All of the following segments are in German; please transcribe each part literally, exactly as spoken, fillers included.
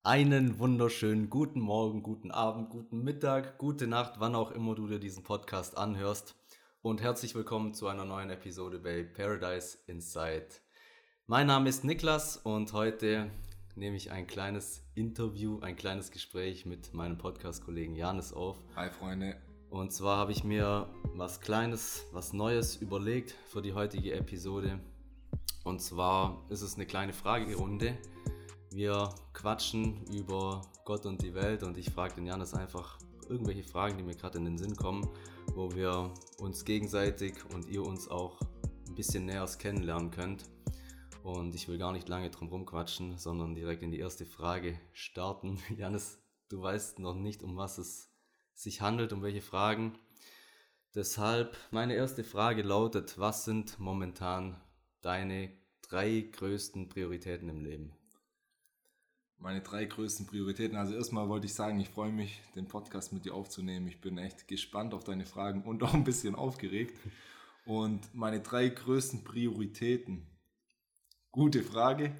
Einen wunderschönen guten Morgen, guten Abend, guten Mittag, gute Nacht, wann auch immer du dir diesen Podcast anhörst. Und herzlich willkommen zu einer neuen Episode bei Paradise Inside. Mein Name ist Niklas und heute nehme ich ein kleines Interview, ein kleines Gespräch mit meinem Podcast-Kollegen Janis auf. Hi Freunde. Und zwar habe ich mir was Kleines, was Neues überlegt für die heutige Episode. Und zwar ist es eine kleine Fragerunde. Wir quatschen über Gott und die Welt und ich frage den Janis einfach irgendwelche Fragen, die mir gerade in den Sinn kommen, wo wir uns gegenseitig und ihr uns auch ein bisschen näher kennenlernen könnt. Und ich will gar nicht lange drum rumquatschen, sondern direkt in die erste Frage starten. Janis, du weißt noch nicht, um was es sich handelt, um welche Fragen. Deshalb meine erste Frage lautet, was sind momentan deine drei größten Prioritäten im Leben? Meine drei größten Prioritäten. Also erstmal wollte ich sagen, ich freue mich, den Podcast mit dir aufzunehmen. Ich bin echt gespannt auf deine Fragen und auch ein bisschen aufgeregt. Und meine drei größten Prioritäten. Gute Frage.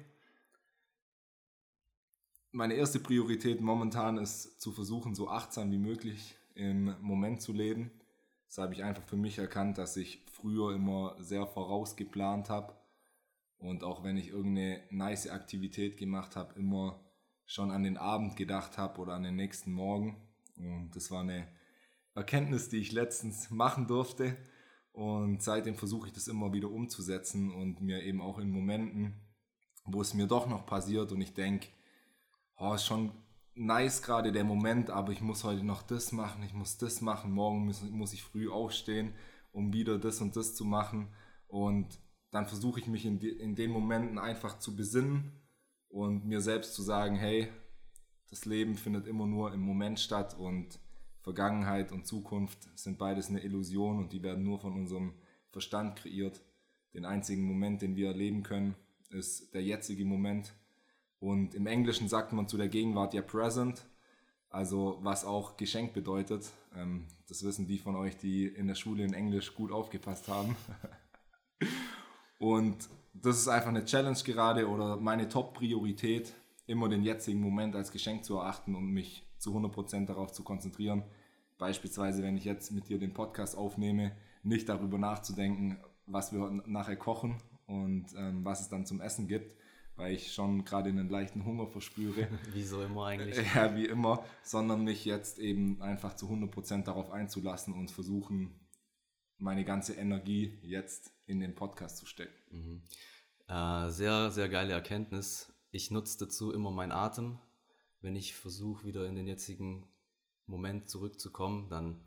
Meine erste Priorität momentan ist zu versuchen, so achtsam wie möglich im Moment zu leben. Das habe ich einfach für mich erkannt, dass ich früher immer sehr vorausgeplant habe. Und auch wenn ich irgendeine nice Aktivität gemacht habe, immer schon an den Abend gedacht habe oder an den nächsten Morgen. Und das war eine Erkenntnis, die ich letztens machen durfte. Und seitdem versuche ich das immer wieder umzusetzen und mir eben auch in Momenten, wo es mir doch noch passiert und ich denke, oh, ist schon nice gerade der Moment, aber ich muss heute noch das machen, ich muss das machen, morgen muss, muss ich früh aufstehen, um wieder das und das zu machen. Und dann versuche ich mich in, die, in den Momenten einfach zu besinnen und mir selbst zu sagen, hey, das Leben findet immer nur im Moment statt und Vergangenheit und Zukunft sind beides eine Illusion und die werden nur von unserem Verstand kreiert. Den einzigen Moment, den wir erleben können, ist der jetzige Moment. Und im Englischen sagt man zu der Gegenwart ja present, also was auch Geschenk bedeutet. Das wissen die von euch, die in der Schule in Englisch gut aufgepasst haben. Und das ist einfach eine Challenge gerade oder meine Top-Priorität, immer den jetzigen Moment als Geschenk zu erachten und mich zu hundert Prozent darauf zu konzentrieren. Beispielsweise, wenn ich jetzt mit dir den Podcast aufnehme, nicht darüber nachzudenken, was wir nachher kochen und ähm, was es dann zum Essen gibt, weil ich schon gerade einen leichten Hunger verspüre. Wie so immer eigentlich. Ja, wie immer, sondern mich jetzt eben einfach zu hundert Prozent darauf einzulassen und versuchen, meine ganze Energie jetzt in den Podcast zu stecken. Mhm. Äh, sehr, sehr geile Erkenntnis. Ich nutze dazu immer meinen Atem. Wenn ich versuche, wieder in den jetzigen Moment zurückzukommen, dann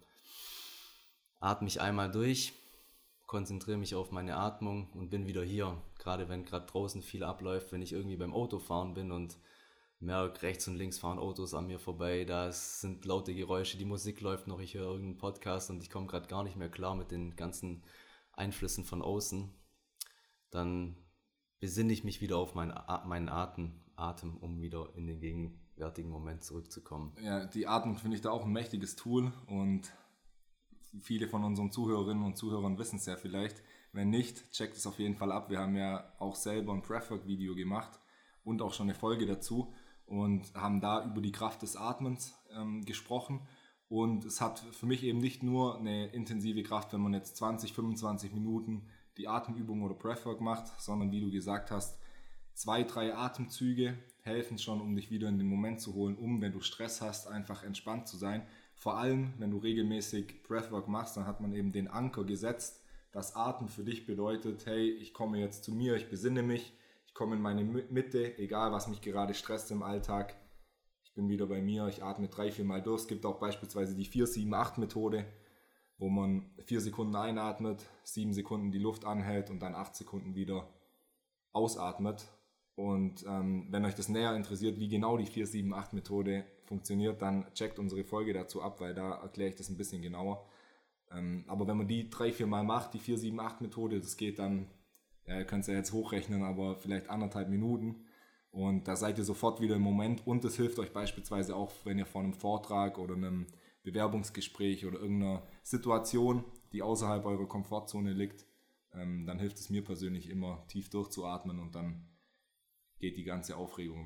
atme ich einmal durch, konzentriere mich auf meine Atmung und bin wieder hier. Gerade wenn gerade draußen viel abläuft, wenn ich irgendwie beim Autofahren bin und merke, rechts und links fahren Autos an mir vorbei, da sind laute Geräusche, die Musik läuft noch, ich höre irgendeinen Podcast und ich komme gerade gar nicht mehr klar mit den ganzen Einflüssen von außen, dann besinne ich mich wieder auf meinen, meinen Atem, Atem, um wieder in den gegenwärtigen Moment zurückzukommen. Ja, die Atmung finde ich da auch ein mächtiges Tool und viele von unseren Zuhörerinnen und Zuhörern wissen es ja vielleicht. Wenn nicht, checkt es auf jeden Fall ab. Wir haben ja auch selber ein Breathwork-Video gemacht und auch schon eine Folge dazu und haben da über die Kraft des Atmens ähm, gesprochen. Und es hat für mich eben nicht nur eine intensive Kraft, wenn man jetzt zwanzig, fünfundzwanzig Minuten die Atemübung oder Breathwork macht, sondern wie du gesagt hast, zwei, drei Atemzüge helfen schon, um dich wieder in den Moment zu holen, um, wenn du Stress hast, einfach entspannt zu sein. Vor allem, wenn du regelmäßig Breathwork machst, dann hat man eben den Anker gesetzt, dass Atmen für dich bedeutet, hey, ich komme jetzt zu mir, ich besinne mich, ich komme in meine Mitte, egal was mich gerade stresst im Alltag. Ich bin wieder bei mir, ich atme drei, vier Mal durch. Es gibt auch beispielsweise die vier sieben acht Methode, wo man vier Sekunden einatmet, sieben Sekunden die Luft anhält und dann acht Sekunden wieder ausatmet. Und ähm, wenn euch das näher interessiert, wie genau die vier sieben acht Methode funktioniert, dann checkt unsere Folge dazu ab, weil da erkläre ich das ein bisschen genauer. Ähm, aber wenn man die drei, vier Mal macht, die vier sieben acht Methode, das geht dann, ja, ihr könnt es ja jetzt hochrechnen, aber vielleicht anderthalb Minuten. Und da seid ihr sofort wieder im Moment und es hilft euch beispielsweise auch, wenn ihr vor einem Vortrag oder einem Bewerbungsgespräch oder irgendeiner Situation, die außerhalb eurer Komfortzone liegt, ähm, dann hilft es mir persönlich immer, tief durchzuatmen und dann geht die ganze Aufregung weg.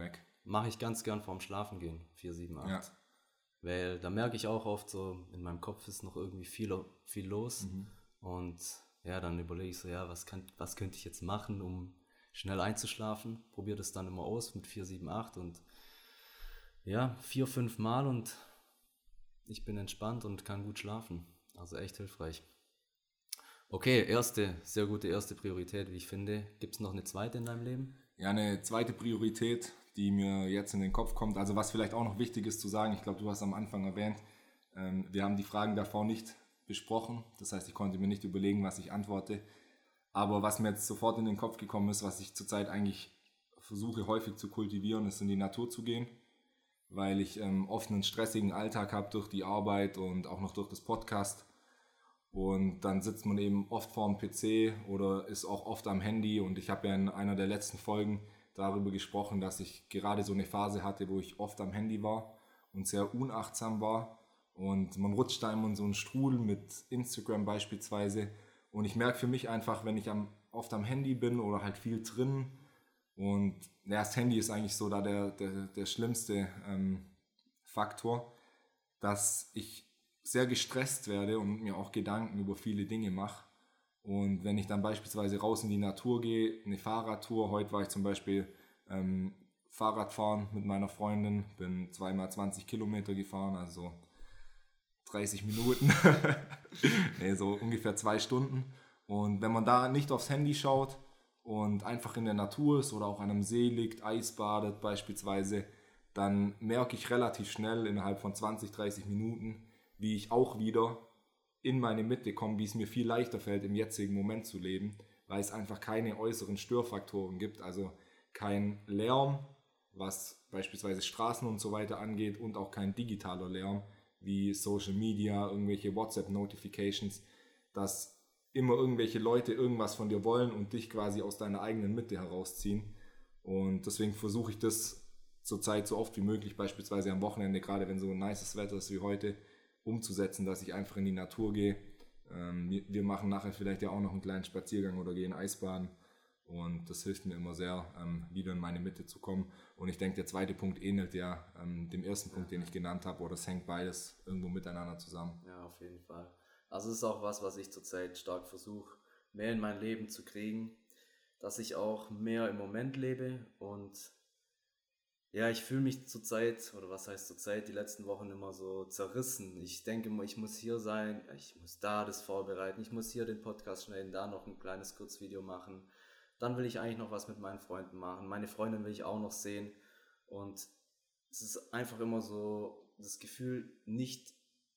mache ich ganz gern vorm Schlafen gehen, vier, sieben, acht. Ja. Weil da merke ich auch oft so, in meinem Kopf ist noch irgendwie viel, viel los. Mhm. Und ja, dann überlege ich so, ja, was, kann, was könnte ich jetzt machen, um schnell einzuschlafen? Probiere das dann immer aus mit vier, sieben, acht und ja, vier, fünf Mal und ich bin entspannt und kann gut schlafen. Also echt hilfreich. Okay, erste, sehr gute erste Priorität, wie ich finde. Gibt es noch eine zweite in deinem Leben? Ja, eine zweite Priorität, die mir jetzt in den Kopf kommt, also was vielleicht auch noch wichtig ist zu sagen, ich glaube, du hast am Anfang erwähnt, ähm, wir haben die Fragen davor nicht besprochen, das heißt, ich konnte mir nicht überlegen, was ich antworte, aber was mir jetzt sofort in den Kopf gekommen ist, was ich zurzeit eigentlich versuche häufig zu kultivieren, ist in die Natur zu gehen, weil ich ähm, oft einen stressigen Alltag habe durch die Arbeit und auch noch durch das Podcast und dann sitzt man eben oft vor dem P C oder ist auch oft am Handy und ich habe ja in einer der letzten Folgen darüber gesprochen, dass ich gerade so eine Phase hatte, wo ich oft am Handy war und sehr unachtsam war und man rutscht da immer in so einen Strudel mit Instagram beispielsweise und ich merke für mich einfach, wenn ich am, oft am Handy bin oder halt viel drin und ja, das Handy ist eigentlich so da der, der, der schlimmste ähm, Faktor, dass ich sehr gestresst werde und mir auch Gedanken über viele Dinge mache. Und wenn ich dann beispielsweise raus in die Natur gehe, eine Fahrradtour, heute war ich zum Beispiel ähm, Fahrradfahren mit meiner Freundin, bin zweimal zwanzig Kilometer gefahren, also dreißig Minuten, nee, so ungefähr zwei Stunden. Und wenn man da nicht aufs Handy schaut und einfach in der Natur ist oder auch an einem See liegt, Eis badet beispielsweise, dann merke ich relativ schnell innerhalb von zwanzig, dreißig Minuten, wie ich auch wieder in meine Mitte komme, wie es mir viel leichter fällt, im jetzigen Moment zu leben, weil es einfach keine äußeren Störfaktoren gibt, also kein Lärm, was beispielsweise Straßen und so weiter angeht und auch kein digitaler Lärm, wie Social Media, irgendwelche WhatsApp-Notifications, dass immer irgendwelche Leute irgendwas von dir wollen und dich quasi aus deiner eigenen Mitte herausziehen. Und deswegen versuche ich das zurzeit so oft wie möglich, beispielsweise am Wochenende, gerade wenn so ein nices Wetter ist wie heute, umzusetzen, dass ich einfach in die Natur gehe. Ähm, wir, wir machen nachher vielleicht ja auch noch einen kleinen Spaziergang oder gehen Eisbaden. Und das hilft mir immer sehr, ähm, wieder in meine Mitte zu kommen. Und ich denke, der zweite Punkt ähnelt ja ähm, dem ersten Punkt, den ich genannt habe, oder es hängt beides irgendwo miteinander zusammen. Ja, auf jeden Fall. Also es ist auch was, was ich zurzeit stark versuche, mehr in mein Leben zu kriegen, dass ich auch mehr im Moment lebe und ja, ich fühle mich zurzeit, oder was heißt zurzeit, die letzten Wochen immer so zerrissen. Ich denke immer, ich muss hier sein, ich muss da das vorbereiten, ich muss hier den Podcast schneiden, da noch ein kleines Kurzvideo machen. Dann will ich eigentlich noch was mit meinen Freunden machen. Meine Freundin will ich auch noch sehen. Und es ist einfach immer so das Gefühl, nicht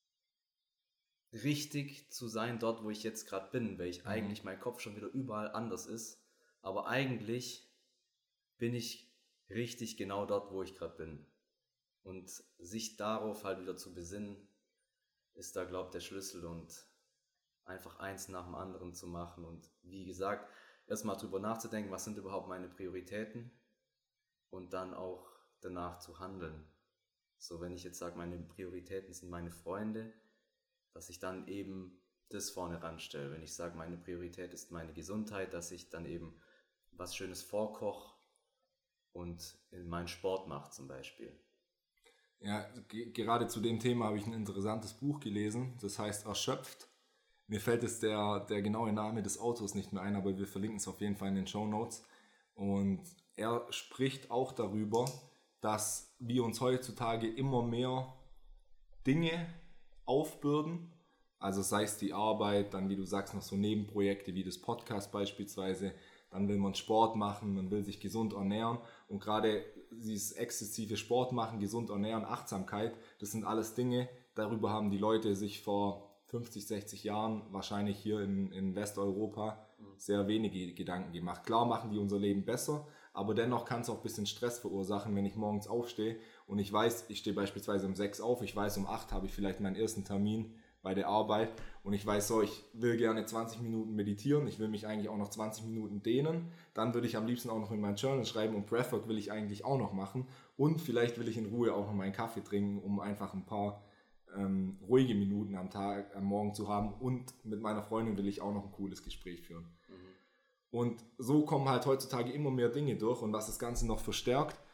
richtig zu sein dort, wo ich jetzt gerade bin, weil ich mhm. eigentlich mein Kopf schon wieder überall anders ist. Aber eigentlich bin ich richtig genau dort, wo ich gerade bin. Und sich darauf halt wieder zu besinnen, ist da, glaube ich, der Schlüssel und einfach eins nach dem anderen zu machen. Und wie gesagt, erstmal drüber nachzudenken, was sind überhaupt meine Prioritäten und dann auch danach zu handeln. So, wenn ich jetzt sage, meine Prioritäten sind meine Freunde, dass ich dann eben das vorne ranstelle. Wenn ich sage, meine Priorität ist meine Gesundheit, dass ich dann eben was Schönes vorkoche und in meinen Sport mache zum Beispiel. Ja, g- gerade zu dem Thema habe ich ein interessantes Buch gelesen, das heißt Erschöpft. Mir fällt jetzt der, der genaue Name des Autors nicht mehr ein, aber wir verlinken es auf jeden Fall in den Shownotes. Und er spricht auch darüber, dass wir uns heutzutage immer mehr Dinge aufbürden. Also sei es die Arbeit, dann wie du sagst noch so Nebenprojekte wie das Podcast beispielsweise. Dann will man Sport machen, man will sich gesund ernähren. Und gerade dieses exzessive Sport machen, gesund ernähren, Achtsamkeit, das sind alles Dinge, darüber haben die Leute sich vor fünfzig, sechzig Jahren wahrscheinlich hier in, in Westeuropa sehr wenige Gedanken gemacht. Klar machen die unser Leben besser, aber dennoch kann es auch ein bisschen Stress verursachen, wenn ich morgens aufstehe und ich weiß, ich stehe beispielsweise um sechs auf, ich weiß, um acht habe ich vielleicht meinen ersten Termin bei der Arbeit und ich weiß so, ich will gerne zwanzig Minuten meditieren, ich will mich eigentlich auch noch zwanzig Minuten dehnen, dann würde ich am liebsten auch noch in mein Journal schreiben und Breathwork will ich eigentlich auch noch machen und vielleicht will ich in Ruhe auch noch meinen Kaffee trinken, um einfach ein paar ähm, ruhige Minuten am Tag, am Morgen zu haben und mit meiner Freundin will ich auch noch ein cooles Gespräch führen. Mhm. Und so kommen halt heutzutage immer mehr Dinge durch und was das Ganze noch verstärkt,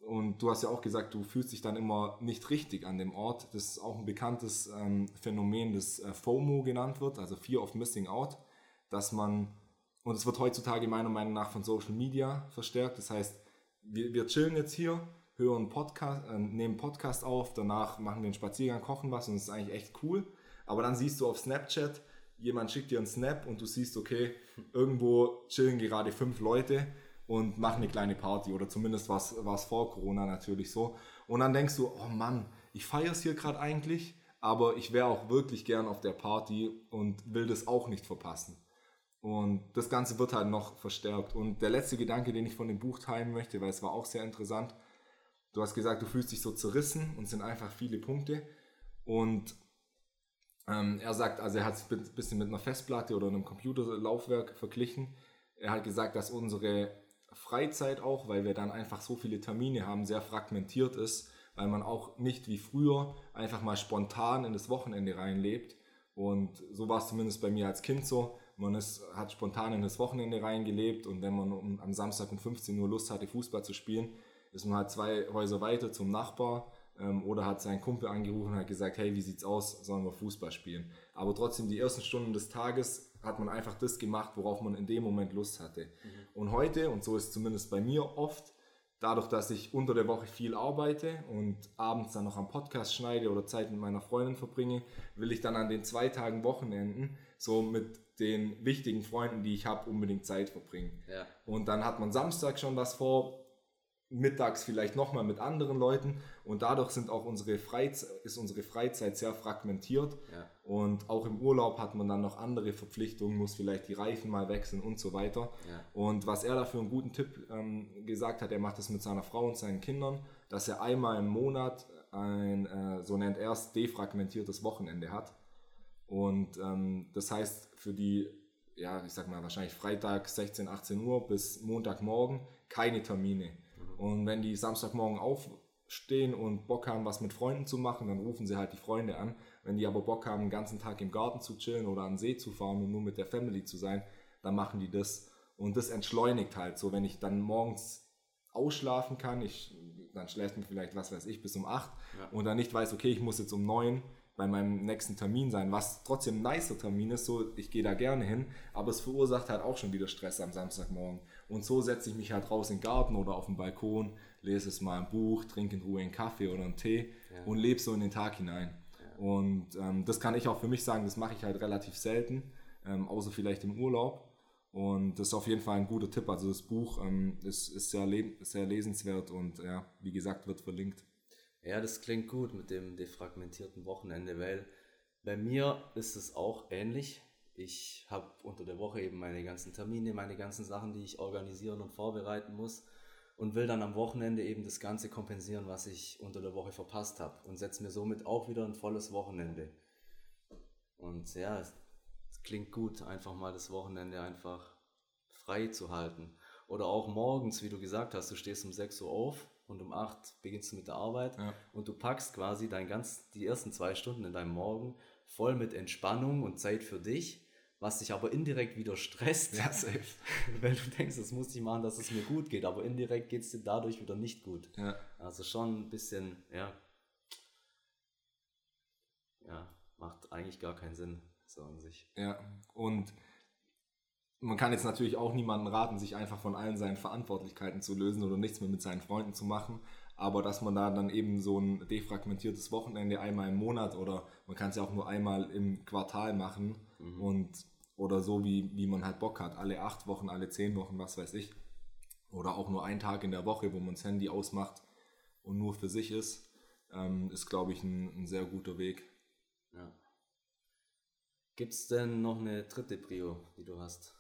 Und du hast ja auch gesagt, du fühlst dich dann immer nicht richtig an dem Ort. Das ist auch ein bekanntes ähm, Phänomen, das äh, FOMO genannt wird, also Fear of Missing Out, dass man, und es wird heutzutage meiner Meinung nach von Social Media verstärkt. Das heißt, wir, wir chillen jetzt hier, hören Podcast, äh, nehmen Podcast auf, danach machen wir einen Spaziergang, kochen was und es ist eigentlich echt cool. Aber dann siehst du auf Snapchat, jemand schickt dir einen Snap und du siehst, okay, irgendwo chillen gerade fünf Leute und machen eine kleine Party, oder zumindest war es vor Corona natürlich so. Und dann denkst du, oh Mann, ich feiere es hier gerade eigentlich, aber ich wäre auch wirklich gern auf der Party und will das auch nicht verpassen. Und das Ganze wird halt noch verstärkt. Und der letzte Gedanke, den ich von dem Buch teilen möchte, weil es war auch sehr interessant, du hast gesagt, du fühlst dich so zerrissen und es sind einfach viele Punkte. Und ähm, er sagt, also er hat es ein bisschen mit einer Festplatte oder einem Computerlaufwerk verglichen. Er hat gesagt, dass unsere Freizeit auch, weil wir dann einfach so viele Termine haben, sehr fragmentiert ist, weil man auch nicht wie früher einfach mal spontan in das Wochenende reinlebt. Und so war es zumindest bei mir als Kind so. Man ist, hat spontan in das Wochenende reingelebt und wenn man um, am Samstag um fünfzehn Uhr Lust hatte, Fußball zu spielen, ist man halt zwei Häuser weiter zum Nachbar ähm, oder hat seinen Kumpel angerufen und hat gesagt, hey, wie sieht's aus, sollen wir Fußball spielen? Aber trotzdem, die ersten Stunden des Tages hat man einfach das gemacht, worauf man in dem Moment Lust hatte. Mhm. Und heute, und so ist es zumindest bei mir oft, dadurch, dass ich unter der Woche viel arbeite und abends dann noch am Podcast schneide oder Zeit mit meiner Freundin verbringe, will ich dann an den zwei Tagen Wochenenden so mit den wichtigen Freunden, die ich habe, unbedingt Zeit verbringen. Ja. Und dann hat man Samstag schon was vor, mittags vielleicht nochmal mit anderen Leuten und dadurch sind auch unsere Freizeit, ist unsere Freizeit sehr fragmentiert. Ja. Und auch im Urlaub hat man dann noch andere Verpflichtungen, muss vielleicht die Reifen mal wechseln und so weiter. Ja. Und was er dafür einen guten Tipp ähm, gesagt hat, er macht das mit seiner Frau und seinen Kindern, dass er einmal im Monat ein, äh, so nennt er es, defragmentiertes Wochenende hat. Und ähm, das heißt für die, ja, ich sag mal wahrscheinlich Freitag sechzehn, achtzehn Uhr bis Montagmorgen keine Termine. Und wenn die Samstagmorgen aufstehen und Bock haben, was mit Freunden zu machen, dann rufen sie halt die Freunde an. Wenn die aber Bock haben, den ganzen Tag im Garten zu chillen oder an den See zu fahren und nur mit der Family zu sein, dann machen die das. Und das entschleunigt halt so, wenn ich dann morgens ausschlafen kann, ich, dann schläft mir vielleicht, was weiß ich, bis um acht ja. und dann nicht weiß, okay, ich muss jetzt um neun bei meinem nächsten Termin sein, was trotzdem ein nicer Termin ist, so ich gehe da gerne hin, aber es verursacht halt auch schon wieder Stress am Samstagmorgen. Und so setze ich mich halt raus in den Garten oder auf den Balkon, lese es mal ein Buch, trinke in Ruhe einen Kaffee oder einen Tee ja. und lebe so in den Tag hinein. Ja. Und ähm, das kann ich auch für mich sagen, das mache ich halt relativ selten, ähm, außer vielleicht im Urlaub. Und das ist auf jeden Fall ein guter Tipp. Also das Buch ähm, ist, ist sehr, le- sehr lesenswert und ja, wie gesagt, wird verlinkt. Ja, das klingt gut mit dem defragmentierten Wochenende, weil bei mir ist es auch ähnlich. Ich habe unter der Woche eben meine ganzen Termine, meine ganzen Sachen, die ich organisieren und vorbereiten muss und will dann am Wochenende eben das Ganze kompensieren, was ich unter der Woche verpasst habe und setze mir somit auch wieder ein volles Wochenende. Und ja, es klingt gut, einfach mal das Wochenende einfach frei zu halten. Oder auch morgens, wie du gesagt hast, du stehst um sechs Uhr auf und um acht beginnst du mit der Arbeit ja. und du packst quasi dein ganz, die ersten zwei Stunden in deinem Morgen voll mit Entspannung und Zeit für dich, was dich aber indirekt wieder stresst, ja, safe. Weil du denkst, das muss ich machen, dass es mir gut geht, aber indirekt geht es dir dadurch wieder nicht gut. Ja. Also schon ein bisschen, ja, ja, macht eigentlich gar keinen Sinn, so an sich. Ja, und man kann jetzt natürlich auch niemandem raten, sich einfach von allen seinen Verantwortlichkeiten zu lösen oder nichts mehr mit seinen Freunden zu machen, aber dass man da dann eben so ein defragmentiertes Wochenende einmal im Monat oder man kann es ja auch nur einmal im Quartal machen mhm. und oder so wie, wie man halt Bock hat, alle acht Wochen, alle zehn Wochen, was weiß ich, oder auch nur einen Tag in der Woche, wo man das Handy ausmacht und nur für sich ist, ähm, ist glaube ich ein, ein sehr guter Weg. Ja. Gibt es denn noch eine dritte Prio, die du hast?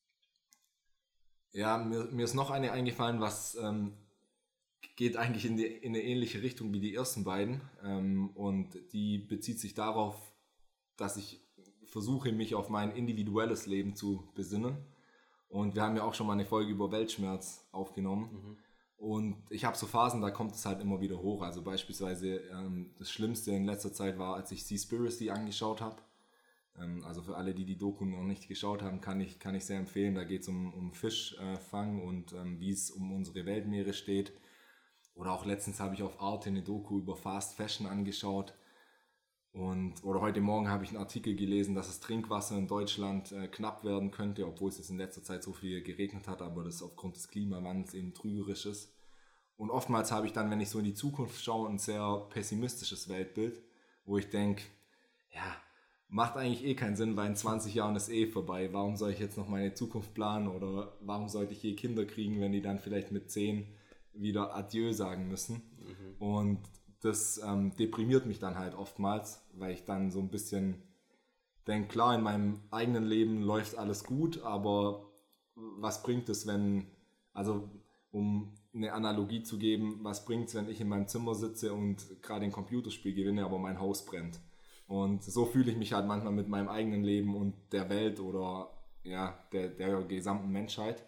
Ja, mir, mir ist noch eine eingefallen, was ähm, geht eigentlich in, die, in eine ähnliche Richtung wie die ersten beiden. Ähm, und die bezieht sich darauf, dass ich versuche, mich auf mein individuelles Leben zu besinnen. Und wir haben ja auch schon mal eine Folge über Weltschmerz aufgenommen. Mhm. Und ich habe so Phasen, da kommt es halt immer wieder hoch. Also beispielsweise ähm, das Schlimmste in letzter Zeit war, als ich Seaspiracy angeschaut habe. Also für alle, die die Doku noch nicht geschaut haben, kann ich, kann ich sehr empfehlen. Da geht es um, um Fischfang und ähm, wie es um unsere Weltmeere steht. oder auch letztens habe ich auf Arte eine Doku über Fast Fashion angeschaut. Und, oder heute Morgen habe ich einen Artikel gelesen, dass das Trinkwasser in Deutschland äh, knapp werden könnte, obwohl es jetzt in letzter Zeit so viel geregnet hat, aber das aufgrund des Klimawandels eben trügerisch ist. Und oftmals habe ich dann, wenn ich so in die Zukunft schaue, ein sehr pessimistisches Weltbild, wo ich denke, ja, macht eigentlich eh keinen Sinn, weil in zwanzig Jahren ist eh vorbei. Warum soll ich jetzt noch meine Zukunft planen oder warum sollte ich je Kinder kriegen, wenn die dann vielleicht mit zehn wieder Adieu sagen müssen? Mhm. Und das ähm, deprimiert mich dann halt oftmals, weil ich dann so ein bisschen denke, klar, in meinem eigenen Leben läuft alles gut, aber was bringt es, wenn, also um eine Analogie zu geben, was bringt es, wenn ich in meinem Zimmer sitze und gerade ein Computerspiel gewinne, aber mein Haus brennt? Und so fühle ich mich halt manchmal mit meinem eigenen Leben und der Welt oder ja, der, der gesamten Menschheit.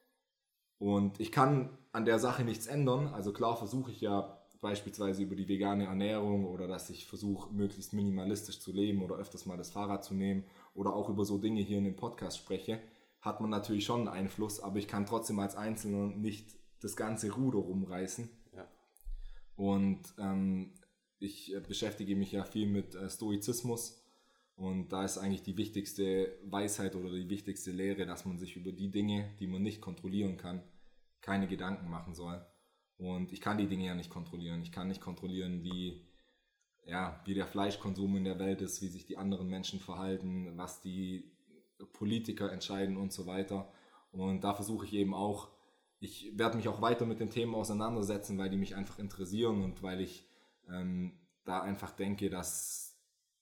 Und ich kann an der Sache nichts ändern, also klar versuche ich ja beispielsweise über die vegane Ernährung oder dass ich versuche, möglichst minimalistisch zu leben oder öfters mal das Fahrrad zu nehmen oder auch über so Dinge hier in dem Podcast spreche, hat man natürlich schon einen Einfluss, aber ich kann trotzdem als Einzelner nicht das ganze Ruder rumreißen. Ja. Und ähm, ich äh, beschäftige mich ja viel mit äh, Stoizismus und da ist eigentlich die wichtigste Weisheit oder die wichtigste Lehre, dass man sich über die Dinge, die man nicht kontrollieren kann, keine Gedanken machen soll. Und ich kann die Dinge ja nicht kontrollieren. Ich kann nicht kontrollieren, wie, ja, wie der Fleischkonsum in der Welt ist, wie sich die anderen Menschen verhalten, was die Politiker entscheiden und so weiter. Und da versuche ich eben auch, ich werde mich auch weiter mit den Themen auseinandersetzen, weil die mich einfach interessieren und weil ich ähm, da einfach denke, dass,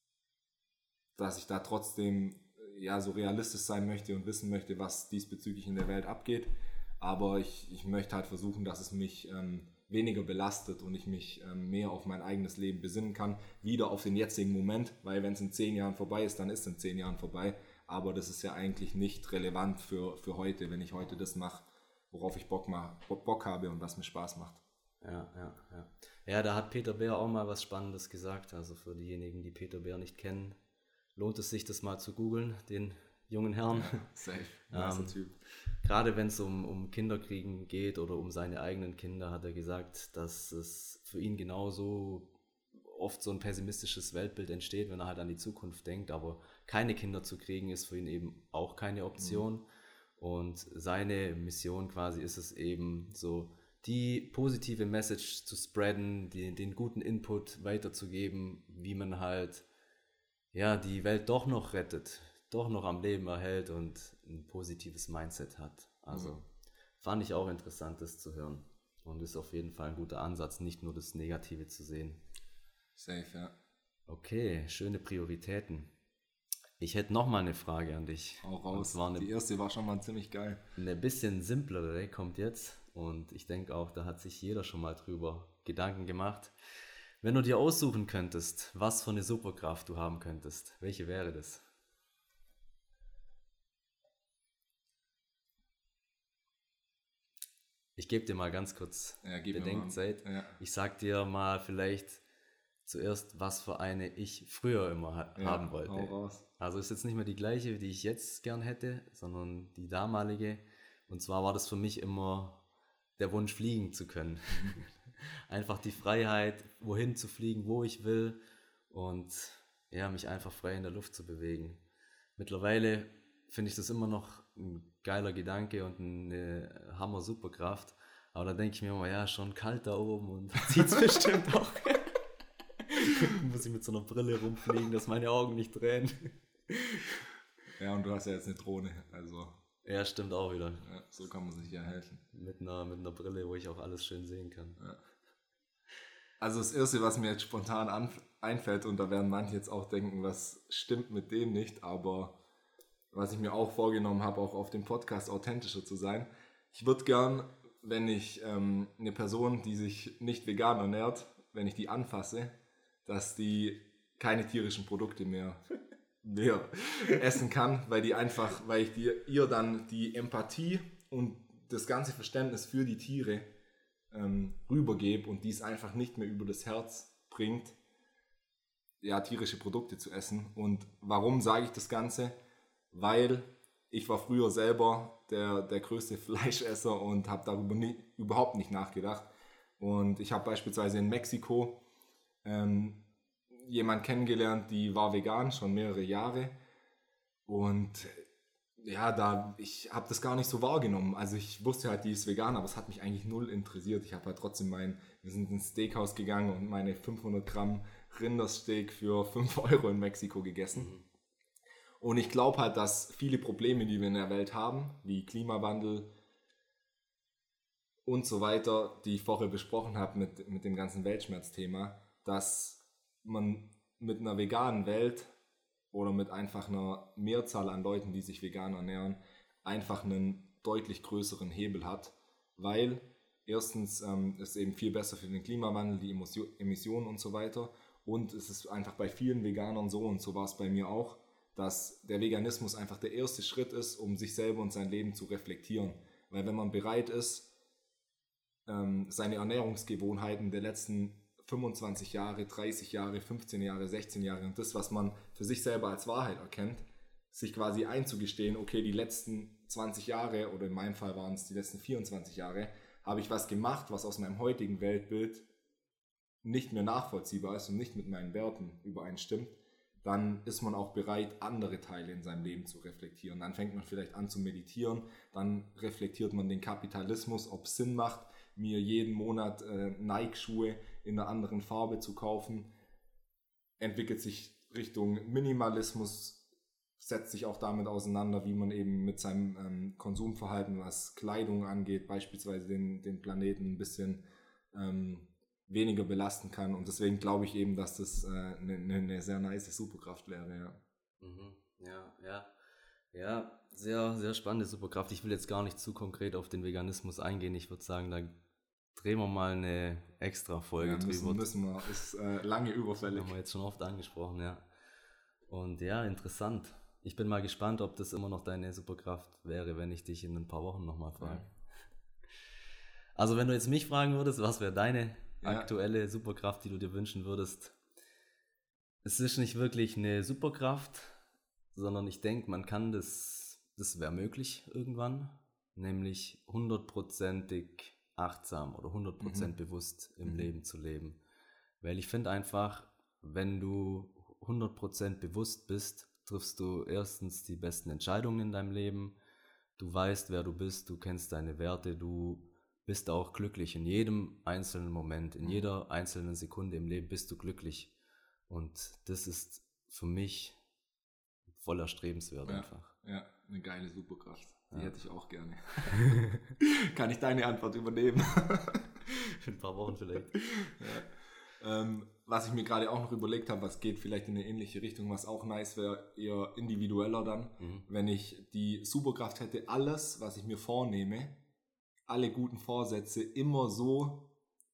dass ich da trotzdem ja, so realistisch sein möchte und wissen möchte, was diesbezüglich in der Welt abgeht. Aber ich, ich möchte halt versuchen, dass es mich ähm, weniger belastet und ich mich ähm, mehr auf mein eigenes Leben besinnen kann, wieder auf den jetzigen Moment, weil wenn es in zehn Jahren vorbei ist, dann ist es in zehn Jahren vorbei. Aber das ist ja eigentlich nicht relevant für, für heute, wenn ich heute das mache, worauf ich Bock, mach, Bock habe und was mir Spaß macht. Ja, ja, ja. Ja, da hat Peter Beer auch mal was Spannendes gesagt. Also für diejenigen, die Peter Beer nicht kennen, lohnt es sich, das mal zu googeln, den jungen Herrn. Ja, safe, nicer ähm, Typ. Gerade wenn es um, um Kinderkriegen geht oder um seine eigenen Kinder, hat er gesagt, dass es für ihn genauso oft so ein pessimistisches Weltbild entsteht, wenn er halt an die Zukunft denkt. Aber keine Kinder zu kriegen, ist für ihn eben auch keine Option. Mhm. Und seine Mission quasi ist es eben so, die positive Message zu spreaden, die, den guten Input weiterzugeben, wie man halt ja, die Welt doch noch rettet, doch noch am Leben erhält und ein positives Mindset hat. Also mhm. fand ich auch interessant, das zu hören. Und ist auf jeden Fall ein guter Ansatz, nicht nur das Negative zu sehen. Safe, ja. Okay, schöne Prioritäten. Ich hätte noch mal eine Frage an dich. Hau raus. Eine, die erste war schon mal ziemlich geil. Eine bisschen simplere kommt jetzt. Und ich denke auch, da hat sich jeder schon mal drüber Gedanken gemacht. Wenn du dir aussuchen könntest, was für eine Superkraft du haben könntest, welche wäre das? Ich gebe dir mal ganz kurz ja, Bedenkzeit. Ja. Ich sag dir mal vielleicht zuerst, was für eine ich früher immer ha- ja, haben wollte. Hau raus. Also ist jetzt nicht mehr die gleiche, die ich jetzt gern hätte, sondern die damalige. Und zwar war das für mich immer der Wunsch, fliegen zu können. Einfach die Freiheit, wohin zu fliegen, wo ich will und ja, mich einfach frei in der Luft zu bewegen. Mittlerweile finde ich das immer noch ein geiler Gedanke und eine Hammer-Superkraft. Aber da denke ich mir immer, ja, schon kalt da oben und zieht es bestimmt auch. Muss ich mit so einer Brille rumfliegen, dass meine Augen nicht tränen. Ja, und du hast ja jetzt eine Drohne, also... Ja, stimmt auch wieder. Ja, so kann man sich ja helfen. Mit einer, mit einer Brille, wo ich auch alles schön sehen kann. Ja. Also das Erste, was mir jetzt spontan an, einfällt, und da werden manche jetzt auch denken, was stimmt mit dem nicht, aber was ich mir auch vorgenommen habe, auch auf dem Podcast authentischer zu sein. Ich würde gern, wenn ich ähm, eine Person, die sich nicht vegan ernährt, wenn ich die anfasse, dass die keine tierischen Produkte mehr mehr essen kann, weil die einfach, weil ich dir, ihr dann die Empathie und das ganze Verständnis für die Tiere ähm, rübergebe und dies einfach nicht mehr über das Herz bringt, ja, tierische Produkte zu essen. Und warum sage ich das Ganze? Weil ich war früher selber der, der größte Fleischesser und habe darüber nie, überhaupt nicht nachgedacht. Und ich habe beispielsweise in Mexiko ähm, jemanden kennengelernt, die war vegan, schon mehrere Jahre. Und ja, da, ich habe das gar nicht so wahrgenommen. Also ich wusste halt, die ist vegan, aber es hat mich eigentlich null interessiert. Ich habe halt trotzdem mein, wir sind ins Steakhouse gegangen und meine fünfhundert Gramm Rindersteak für fünf Euro in Mexiko gegessen. Mhm. Und ich glaube halt, dass viele Probleme, die wir in der Welt haben, wie Klimawandel und so weiter, die ich vorher besprochen habe mit, mit dem ganzen Weltschmerzthema, dass man mit einer veganen Welt oder mit einfach einer Mehrzahl an Leuten, die sich vegan ernähren, einfach einen deutlich größeren Hebel hat, weil erstens ähm, ist eben viel besser für den Klimawandel, die Emissionen und so weiter, und es ist einfach bei vielen Veganern so, und so war es bei mir auch, dass der Veganismus einfach der erste Schritt ist, um sich selber und sein Leben zu reflektieren, weil wenn man bereit ist, ähm, seine Ernährungsgewohnheiten der letzten fünfundzwanzig Jahre, dreißig Jahre, fünfzehn Jahre, sechzehn Jahre und das, was man für sich selber als Wahrheit erkennt, sich quasi einzugestehen, okay, die letzten zwanzig Jahre oder in meinem Fall waren es die letzten vierundzwanzig Jahre, habe ich was gemacht, was aus meinem heutigen Weltbild nicht mehr nachvollziehbar ist und nicht mit meinen Werten übereinstimmt, dann ist man auch bereit, andere Teile in seinem Leben zu reflektieren. Dann fängt man vielleicht an zu meditieren, dann reflektiert man den Kapitalismus, ob es Sinn macht, mir jeden Monat äh, Nike-Schuhe in einer anderen Farbe zu kaufen, entwickelt sich Richtung Minimalismus, setzt sich auch damit auseinander, wie man eben mit seinem ähm, Konsumverhalten, was Kleidung angeht, beispielsweise den, den Planeten ein bisschen ähm, weniger belasten kann. Und deswegen glaube ich eben, dass das eine äh, ne, ne sehr nice Superkraft wäre. Ja. Mhm. Ja, ja. Ja, sehr, sehr spannende Superkraft. Ich will jetzt gar nicht zu konkret auf den Veganismus eingehen. Ich würde sagen, da drehen wir mal eine extra Folge ja, müssen, drüber. Müssen wir, ist äh, lange überfällig. Haben wir jetzt schon oft angesprochen, ja. Und ja, interessant. Ich bin mal gespannt, ob das immer noch deine Superkraft wäre, wenn ich dich in ein paar Wochen nochmal frage. Ja. Also wenn du jetzt mich fragen würdest, was wäre deine ja. aktuelle Superkraft, die du dir wünschen würdest? Es ist nicht wirklich eine Superkraft, sondern ich denke, man kann das, das wäre möglich irgendwann, nämlich hundertprozentig achtsam oder hundert Prozent mhm. bewusst im mhm. Leben zu leben. Weil ich finde einfach, wenn du hundert Prozent bewusst bist, triffst du erstens die besten Entscheidungen in deinem Leben, du weißt, wer du bist, du kennst deine Werte, du bist auch glücklich in jedem einzelnen Moment, in mhm. jeder einzelnen Sekunde im Leben bist du glücklich. Und das ist für mich voll erstrebenswert ja, einfach. Ja, eine geile Superkraft. Die ja. hätte ich auch gerne. Kann ich deine Antwort übernehmen? In ein paar Wochen vielleicht. Ja. Ähm, was ich mir gerade auch noch überlegt habe, was geht vielleicht in eine ähnliche Richtung, was auch nice wäre, eher individueller dann, mhm. wenn ich die Superkraft hätte, alles, was ich mir vornehme, alle guten Vorsätze immer so,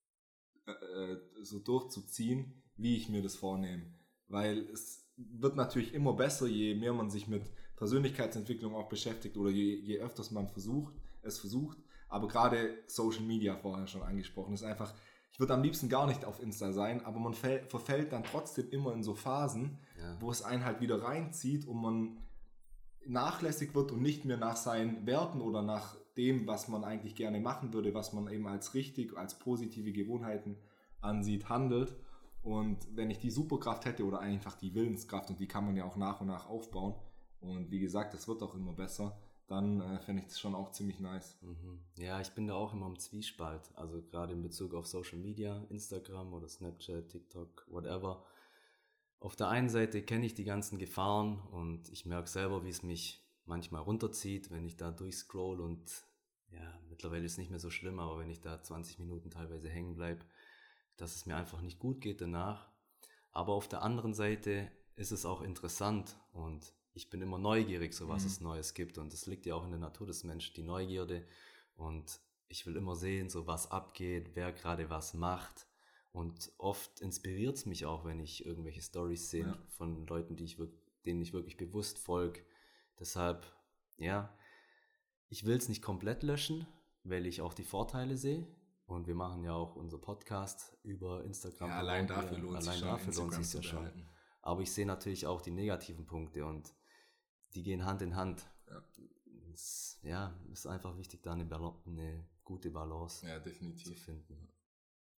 äh, so durchzuziehen, wie ich mir das vornehme. Weil es wird natürlich immer besser, je mehr man sich mit Persönlichkeitsentwicklung auch beschäftigt oder je, je öfters man versucht, es versucht. Aber gerade Social Media vorher schon angesprochen ist einfach, ich würde am liebsten gar nicht auf Insta sein, aber man fäll, verfällt dann trotzdem immer in so Phasen, ja. wo es einen halt wieder reinzieht und man nachlässig wird und nicht mehr nach seinen Werten oder nach dem, was man eigentlich gerne machen würde, was man eben als richtig, als positive Gewohnheiten ansieht, handelt. Und wenn ich die Superkraft hätte oder einfach die Willenskraft, und die kann man ja auch nach und nach aufbauen, und wie gesagt, es wird auch immer besser, dann äh, fände ich das schon auch ziemlich nice. Mhm. Ja, ich bin da auch immer im Zwiespalt, also gerade in Bezug auf Social Media, Instagram oder Snapchat, TikTok, whatever. Auf der einen Seite kenne ich die ganzen Gefahren und ich merke selber, wie es mich manchmal runterzieht, wenn ich da durchscroll, und ja, mittlerweile ist es nicht mehr so schlimm, aber wenn ich da zwanzig Minuten teilweise hängen bleibe, dass es mir einfach nicht gut geht danach. Aber auf der anderen Seite ist es auch interessant und ich bin immer neugierig, so was mhm. es Neues gibt, und das liegt ja auch in der Natur des Menschen, die Neugierde, und ich will immer sehen, so was abgeht, wer gerade was macht, und oft inspiriert es mich auch, wenn ich irgendwelche Storys sehe ja. von Leuten, die ich, denen ich wirklich bewusst folge. Deshalb, ja, ich will es nicht komplett löschen, weil ich auch die Vorteile sehe. Und wir machen ja auch unser Podcast über Instagram. Ja, allein dafür lohnt es sich allein dafür lohnt sich ja schon. Aber ich sehe natürlich auch die negativen Punkte und die gehen Hand in Hand. Ja, es ja, ist einfach wichtig, da eine, Bal- eine gute Balance ja, definitiv. zu finden.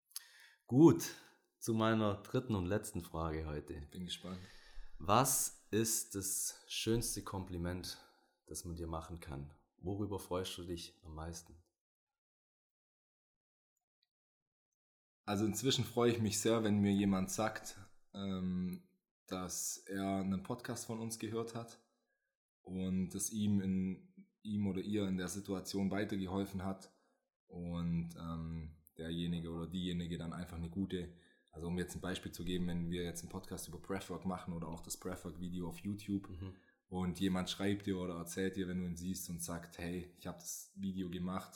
Gut, zu meiner dritten und letzten Frage heute. Bin gespannt. Was ist das schönste Kompliment, das man dir machen kann? Worüber freust du dich am meisten? Also inzwischen freue ich mich sehr, wenn mir jemand sagt, ähm, dass er einen Podcast von uns gehört hat und es ihm, in, ihm oder ihr in der Situation weitergeholfen hat und ähm, derjenige oder diejenige dann einfach eine gute, also um jetzt ein Beispiel zu geben, wenn wir jetzt einen Podcast über Breathwork machen oder auch das Breathwork-Video auf YouTube mhm. und jemand schreibt dir oder erzählt dir, wenn du ihn siehst und sagt, hey, ich habe das Video gemacht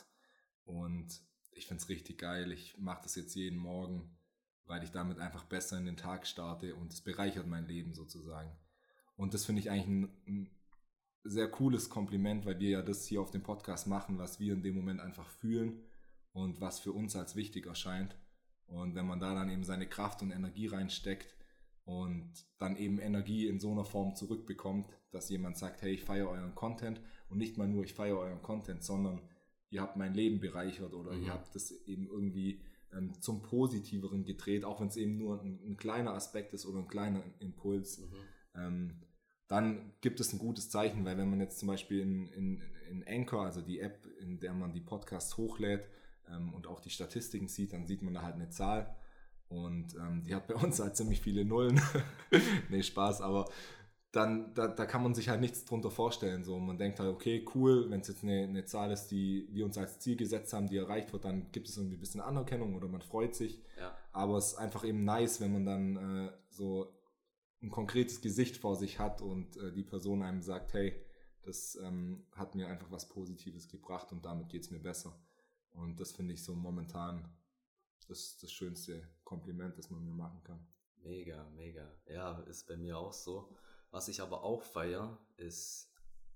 und ich finde es richtig geil, ich mache das jetzt jeden Morgen, weil ich damit einfach besser in den Tag starte und es bereichert mein Leben sozusagen. Und das finde ich eigentlich ein, ein sehr cooles Kompliment, weil wir ja das hier auf dem Podcast machen, was wir in dem Moment einfach fühlen und was für uns als wichtig erscheint. Und wenn man da dann eben seine Kraft und Energie reinsteckt und dann eben Energie in so einer Form zurückbekommt, dass jemand sagt, hey, ich feiere euren Content und nicht mal nur, ich feiere euren Content, sondern ihr habt mein Leben bereichert oder mhm. ihr habt das eben irgendwie ähm, zum Positiveren gedreht, auch wenn es eben nur ein, ein kleiner Aspekt ist oder ein kleiner Impuls, mhm. ähm, dann gibt es ein gutes Zeichen, weil wenn man jetzt zum Beispiel in, in, in Anchor, also die App, in der man die Podcasts hochlädt ähm, und auch die Statistiken sieht, dann sieht man da halt eine Zahl und ähm, die hat bei uns halt ziemlich viele Nullen. Nee, Spaß, aber dann, da, da kann man sich halt nichts drunter vorstellen. So. Man denkt halt, okay, cool, wenn es jetzt eine, eine Zahl ist, die wir uns als Ziel gesetzt haben, die erreicht wird, dann gibt es irgendwie ein bisschen Anerkennung oder man freut sich. Ja. Aber es ist einfach eben nice, wenn man dann äh, so ein konkretes Gesicht vor sich hat und äh, die Person einem sagt, hey, das ähm, hat mir einfach was Positives gebracht und damit geht es mir besser. Und das finde ich so momentan das, das schönste Kompliment, das man mir machen kann. Mega, mega. Ja, ist bei mir auch so. Was ich aber auch feiere, ist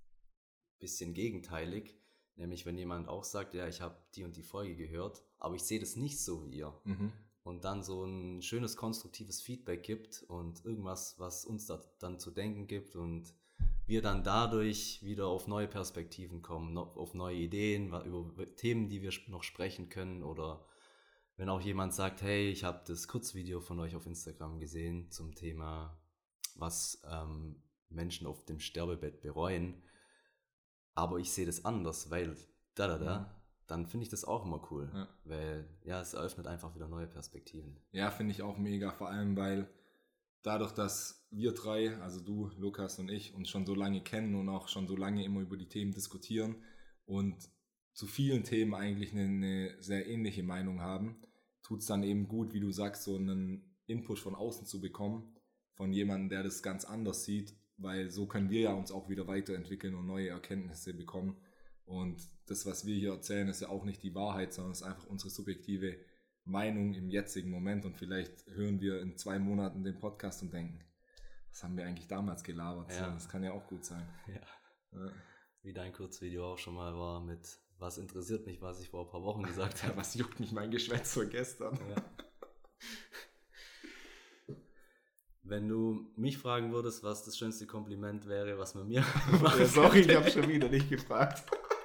ein bisschen gegenteilig, nämlich wenn jemand auch sagt, ja, ich habe die und die Folge gehört, aber ich sehe das nicht so wie ihr. Mhm. Und dann so ein schönes, konstruktives Feedback gibt und irgendwas, was uns da dann zu denken gibt und wir dann dadurch wieder auf neue Perspektiven kommen, auf neue Ideen, über Themen, die wir noch sprechen können oder wenn auch jemand sagt, hey, ich habe das Kurzvideo von euch auf Instagram gesehen zum Thema, was ähm, Menschen auf dem Sterbebett bereuen, aber ich sehe das anders, weil da, da, da, mhm. dann finde ich das auch immer cool, ja. weil ja, es eröffnet einfach wieder neue Perspektiven. Ja, finde ich auch mega, vor allem, weil dadurch, dass wir drei, also du, Lukas und ich, uns schon so lange kennen und auch schon so lange immer über die Themen diskutieren und zu vielen Themen eigentlich eine, eine sehr ähnliche Meinung haben, tut es dann eben gut, wie du sagst, so einen Input von außen zu bekommen, von jemandem, der das ganz anders sieht, weil so können wir ja uns auch wieder weiterentwickeln und neue Erkenntnisse bekommen. Und das, was wir hier erzählen, ist ja auch nicht die Wahrheit, sondern es ist einfach unsere subjektive Meinung im jetzigen Moment. Und vielleicht hören wir in zwei Monaten den Podcast und denken, was haben wir eigentlich damals gelabert? Ja. Das kann ja auch gut sein. Ja. Ja. Wie dein Kurzvideo auch schon mal war mit, was interessiert mich, was ich vor ein paar Wochen gesagt habe. Was juckt mich mein Geschwätz von gestern? Ja. Wenn du mich fragen würdest, was das schönste Kompliment wäre, was man mir ja, sorry, ich habe schon wieder nicht gefragt.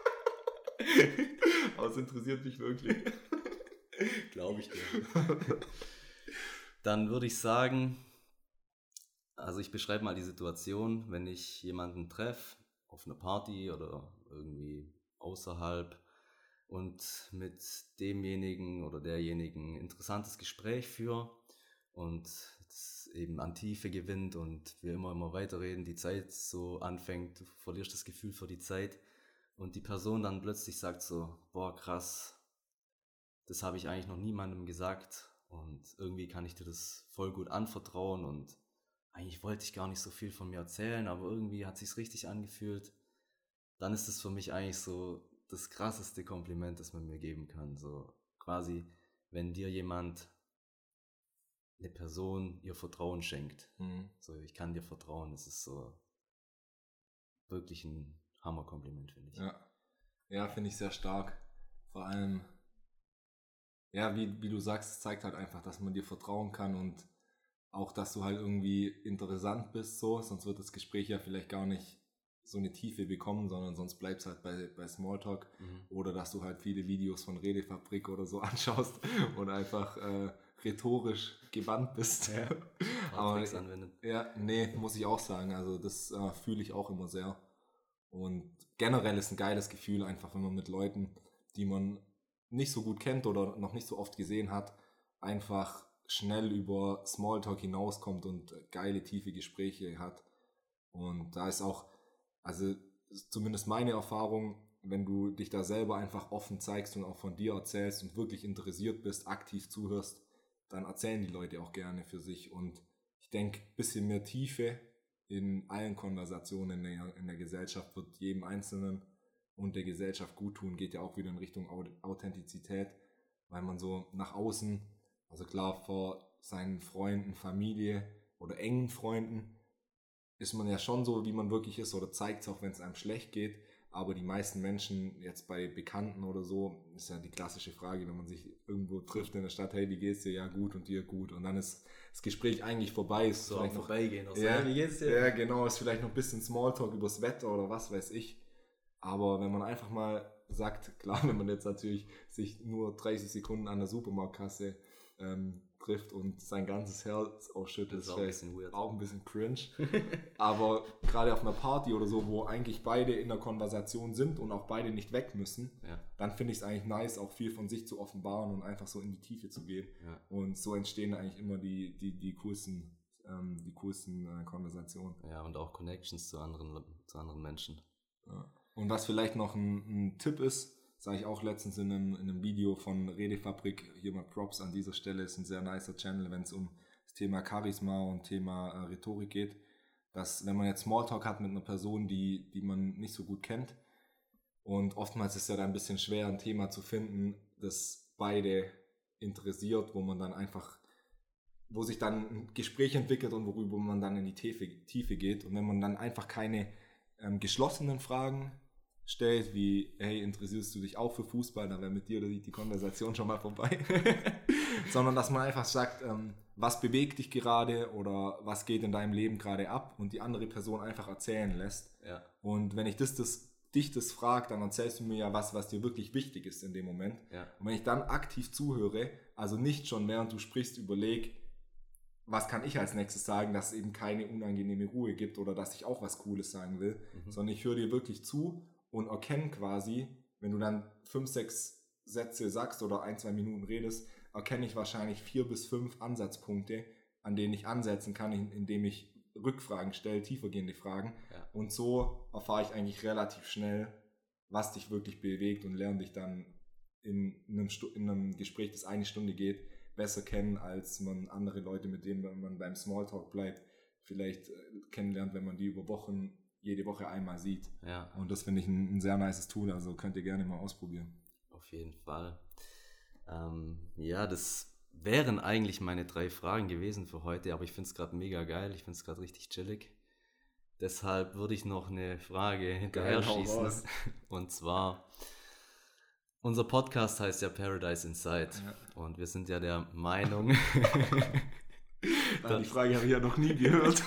Aber es interessiert mich wirklich. Glaube ich dir. Dann würde ich sagen, also ich beschreibe mal die Situation, wenn ich jemanden treffe, auf einer Party oder irgendwie außerhalb und mit demjenigen oder derjenigen ein interessantes Gespräch führe und eben an Tiefe gewinnt und wir immer, immer weiterreden, die Zeit so anfängt, du verlierst das Gefühl für die Zeit und die Person dann plötzlich sagt so, boah krass, das habe ich eigentlich noch niemandem gesagt und irgendwie kann ich dir das voll gut anvertrauen und eigentlich wollte ich gar nicht so viel von mir erzählen, aber irgendwie hat es sich richtig angefühlt, dann ist es für mich eigentlich so das krasseste Kompliment, das man mir geben kann, so quasi, wenn dir jemand eine Person ihr Vertrauen schenkt. Mhm. So, ich kann dir vertrauen. Das ist so wirklich ein Hammerkompliment, finde ich. Ja, ja, finde ich sehr stark. Vor allem, ja, wie, wie du sagst, es zeigt halt einfach, dass man dir vertrauen kann und auch, dass du halt irgendwie interessant bist, so, sonst wird das Gespräch ja vielleicht gar nicht so eine Tiefe bekommen, sondern sonst bleibt es halt bei, bei Smalltalk mhm. oder dass du halt viele Videos von Redefabrik oder so anschaust und einfach äh, rhetorisch gewandt bist. Ja. Aber anwendet. Ja, nee, muss ich auch sagen. Also das äh, fühle ich auch immer sehr. Und generell ist ein geiles Gefühl einfach, wenn man mit Leuten, die man nicht so gut kennt oder noch nicht so oft gesehen hat, einfach schnell über Smalltalk hinauskommt und geile, tiefe Gespräche hat. Und da ist auch, also ist zumindest meine Erfahrung, wenn du dich da selber einfach offen zeigst und auch von dir erzählst und wirklich interessiert bist, aktiv zuhörst, dann erzählen die Leute auch gerne für sich. Und ich denke, ein bisschen mehr Tiefe in allen Konversationen in der, in der Gesellschaft wird jedem Einzelnen und der Gesellschaft gut tun, geht ja auch wieder in Richtung Authentizität, weil man so nach außen, also klar vor seinen Freunden, Familie oder engen Freunden ist man ja schon so, wie man wirklich ist oder zeigt es auch, wenn es einem schlecht geht, aber die meisten Menschen jetzt bei Bekannten oder so, ist ja die klassische Frage, wenn man sich irgendwo trifft in der Stadt, hey, wie geht's dir? Ja, gut, und dir gut, und dann ist das Gespräch eigentlich vorbei. Ist so vielleicht noch, noch vorbeigehen. Also, ja, hey, wie geht's dir? Ja, genau, ist vielleicht noch ein bisschen Smalltalk übers Wetter oder was weiß ich, aber wenn man einfach mal sagt, klar, wenn man jetzt natürlich sich nur dreißig Sekunden an der Supermarktkasse ähm, trifft und sein ganzes Herz ausschüttet, ist auch ein bisschen weird. Auch ein bisschen cringe. Aber gerade auf einer Party oder so, wo eigentlich beide in der Konversation sind und auch beide nicht weg müssen, ja. dann finde ich es eigentlich nice, auch viel von sich zu offenbaren und einfach so in die Tiefe zu gehen. Ja. Und so entstehen eigentlich immer die, die, die coolsten, ähm, die coolsten äh, Konversationen. Ja, und auch Connections zu anderen, zu anderen Menschen. Ja. Und was vielleicht noch ein, ein Tipp ist, sage ich auch letztens in einem, in einem Video von Redefabrik, hier mal Props an dieser Stelle, ist ein sehr nicer Channel, wenn es um das Thema Charisma und Thema äh, Rhetorik geht, dass wenn man jetzt Smalltalk hat mit einer Person, die, die man nicht so gut kennt, und oftmals ist es ja dann ein bisschen schwer, ein Thema zu finden, das beide interessiert, wo man dann einfach, wo sich dann ein Gespräch entwickelt und worüber man dann in die Tiefe, Tiefe geht. Und wenn man dann einfach keine ähm, geschlossenen Fragen stellt, wie, hey, interessierst du dich auch für Fußball, dann wäre mit dir die, die Konversation schon mal vorbei. Sondern dass man einfach sagt, ähm, was bewegt dich gerade oder was geht in deinem Leben gerade ab, und die andere Person einfach erzählen lässt. Ja. Und wenn ich das, das, dich das frage, dann erzählst du mir ja was, was dir wirklich wichtig ist in dem Moment. Ja. Und wenn ich dann aktiv zuhöre, also nicht schon während du sprichst überleg, was kann ich als nächstes sagen, dass es eben keine unangenehme Ruhe gibt oder dass ich auch was Cooles sagen will, mhm. sondern ich höre dir wirklich zu und erkenne quasi, wenn du dann fünf, sechs Sätze sagst oder ein, zwei Minuten redest, erkenne ich wahrscheinlich vier bis fünf Ansatzpunkte, an denen ich ansetzen kann, indem ich Rückfragen stelle, tiefergehende Fragen. Ja. Und so erfahre ich eigentlich relativ schnell, was dich wirklich bewegt, und lerne dich dann in einem, Stu- in einem Gespräch, das eine Stunde geht, besser kennen, als man andere Leute, mit denen man beim Smalltalk bleibt, vielleicht kennenlernt, wenn man die über Wochen, jede Woche einmal sieht. Ja. Und das finde ich ein, ein sehr nices Tool, also könnt ihr gerne mal ausprobieren. Auf jeden Fall. Ähm, ja, das wären eigentlich meine drei Fragen gewesen für heute, aber ich finde es gerade mega geil, ich finde es gerade richtig chillig. Deshalb würde ich noch eine Frage hinterher schießen. Und zwar, unser Podcast heißt ja Paradise Inside. Ja. Und wir sind ja der Meinung... Die Frage habe ich ja noch nie gehört.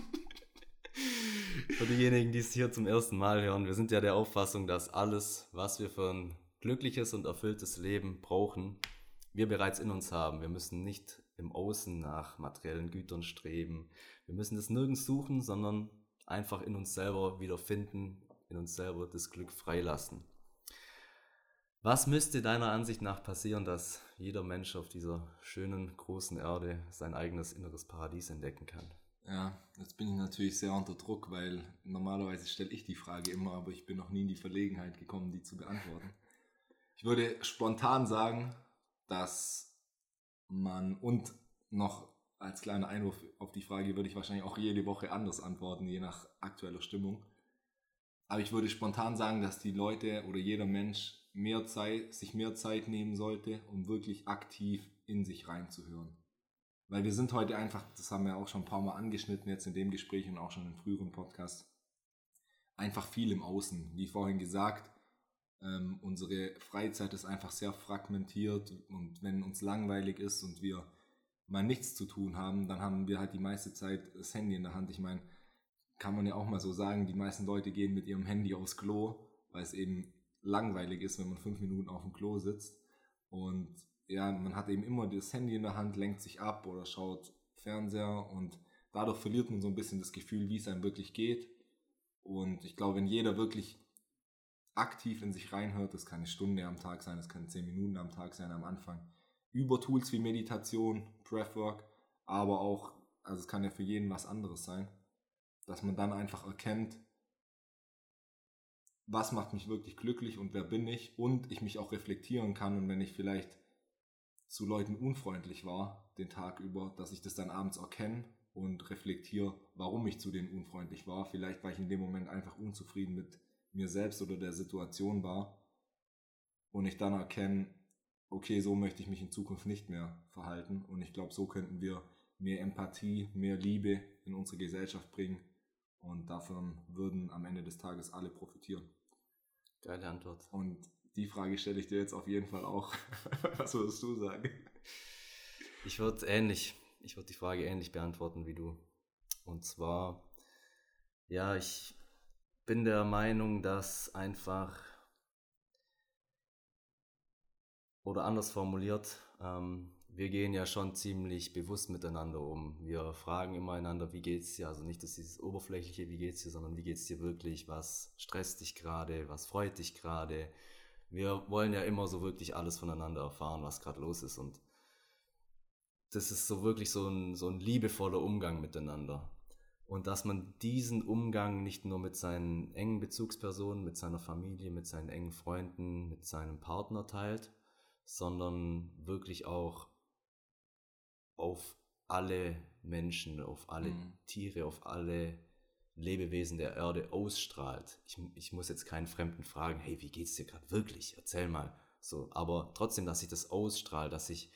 Für diejenigen, die es hier zum ersten Mal hören, wir sind ja der Auffassung, dass alles, was wir für ein glückliches und erfülltes Leben brauchen, wir bereits in uns haben. Wir müssen nicht im Außen nach materiellen Gütern streben. Wir müssen das nirgends suchen, sondern einfach in uns selber wiederfinden, in uns selber das Glück freilassen. Was müsste deiner Ansicht nach passieren, dass jeder Mensch auf dieser schönen, großen Erde sein eigenes inneres Paradies entdecken kann? Ja, jetzt bin ich natürlich sehr unter Druck, weil normalerweise stelle ich die Frage immer, aber ich bin noch nie in die Verlegenheit gekommen, die zu beantworten. Ich würde spontan sagen, dass man, und noch als kleiner Einwurf auf die Frage würde ich wahrscheinlich auch jede Woche anders antworten, je nach aktueller Stimmung. Aber ich würde spontan sagen, dass die Leute oder jeder Mensch mehr Zeit, sich mehr Zeit nehmen sollte, um wirklich aktiv in sich reinzuhören. Weil wir sind heute einfach, das haben wir auch schon ein paar Mal angeschnitten jetzt in dem Gespräch und auch schon in früheren Podcasts, einfach viel im Außen. Wie vorhin gesagt, ähm, unsere Freizeit ist einfach sehr fragmentiert, und wenn uns langweilig ist und wir mal nichts zu tun haben, dann haben wir halt die meiste Zeit das Handy in der Hand. Ich meine, kann man ja auch mal so sagen, die meisten Leute gehen mit ihrem Handy aufs Klo, weil es eben langweilig ist, wenn man fünf Minuten auf dem Klo sitzt. Und ja, man hat eben immer das Handy in der Hand, lenkt sich ab oder schaut Fernseher und dadurch verliert man so ein bisschen das Gefühl, wie es einem wirklich geht. Und ich glaube, wenn jeder wirklich aktiv in sich reinhört, das kann eine Stunde am Tag sein, das kann zehn Minuten am Tag sein am Anfang, über Tools wie Meditation, Breathwork, aber auch, also es kann ja für jeden was anderes sein, dass man dann einfach erkennt, was macht mich wirklich glücklich und wer bin ich und ich mich auch reflektieren kann und wenn ich vielleicht zu Leuten unfreundlich war den Tag über, dass ich das dann abends erkenne und reflektiere, warum ich zu denen unfreundlich war. Vielleicht, weil ich in dem Moment einfach unzufrieden mit mir selbst oder der Situation war und ich dann erkenne, okay, so möchte ich mich in Zukunft nicht mehr verhalten und ich glaube, so könnten wir mehr Empathie, mehr Liebe in unsere Gesellschaft bringen und davon würden am Ende des Tages alle profitieren. Geile Antwort. Und die Frage stelle ich dir jetzt auf jeden Fall auch. Was würdest du sagen? Ich würde ähnlich, ich würde die Frage ähnlich beantworten wie du. Und zwar, ja, ich bin der Meinung, dass einfach, oder anders formuliert, ähm, wir gehen ja schon ziemlich bewusst miteinander um. Wir fragen immer einander, wie geht's dir? Also nicht, dass dieses oberflächliche, wie geht's dir, sondern wie geht's dir wirklich? Was stresst dich gerade? Was freut dich gerade? Wir wollen ja immer so wirklich alles voneinander erfahren, was gerade los ist. Und das ist so wirklich so ein, so ein liebevoller Umgang miteinander. Und dass man diesen Umgang nicht nur mit seinen engen Bezugspersonen, mit seiner Familie, mit seinen engen Freunden, mit seinem Partner teilt, sondern wirklich auch auf alle Menschen, auf alle mhm. Tiere, auf alle Lebewesen der Erde ausstrahlt. Ich, ich muss jetzt keinen Fremden fragen, hey, wie geht's dir gerade wirklich? Erzähl mal. So, aber trotzdem, dass ich das ausstrahle, dass ich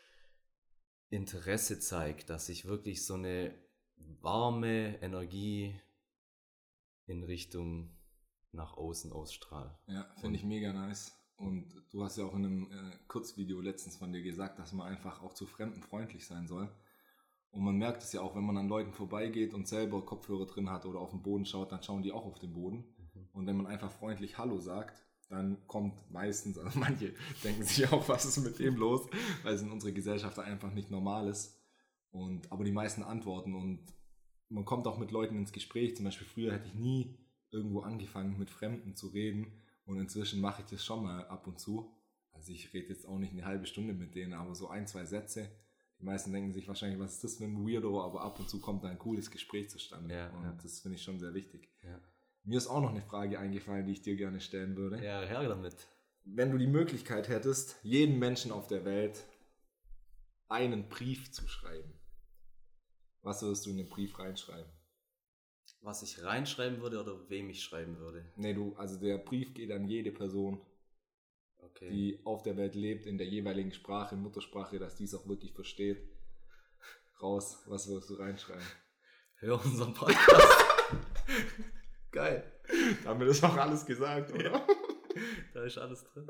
Interesse zeige, dass ich wirklich so eine warme Energie in Richtung nach außen ausstrahle. Ja, finde ich mega nice. Und du hast ja auch in einem äh, Kurzvideo letztens von dir gesagt, dass man einfach auch zu Fremden freundlich sein soll. Und man merkt es ja auch, wenn man an Leuten vorbeigeht und selber Kopfhörer drin hat oder auf den Boden schaut, dann schauen die auch auf den Boden. Mhm. Und wenn man einfach freundlich Hallo sagt, dann kommt meistens, also manche denken sich auch, was ist mit dem los, weil es in unserer Gesellschaft einfach nicht normal ist. Und, aber die meisten antworten und man kommt auch mit Leuten ins Gespräch. Zum Beispiel früher hätte ich nie irgendwo angefangen, mit Fremden zu reden. Und inzwischen mache ich das schon mal ab und zu. Also ich rede jetzt auch nicht eine halbe Stunde mit denen, aber so ein, zwei Sätze. Die meisten denken sich wahrscheinlich, was ist das für ein Weirdo, aber ab und zu kommt da ein cooles Gespräch zustande. Ja, und ja. das finde ich schon sehr wichtig. Ja. Mir ist auch noch eine Frage eingefallen, die ich dir gerne stellen würde. Ja, her damit. Wenn du die Möglichkeit hättest, jedem Menschen auf der Welt einen Brief zu schreiben, was würdest du in den Brief reinschreiben? Was ich reinschreiben würde oder wem ich schreiben würde? Nee, du, also der Brief geht an jede Person, okay, die auf der Welt lebt, in der jeweiligen Sprache, Muttersprache, dass die es auch wirklich versteht. Raus, was würdest du reinschreiben? Hör unseren Podcast. Geil. Damit ist auch alles gesagt, oder? Ja, da ist alles drin.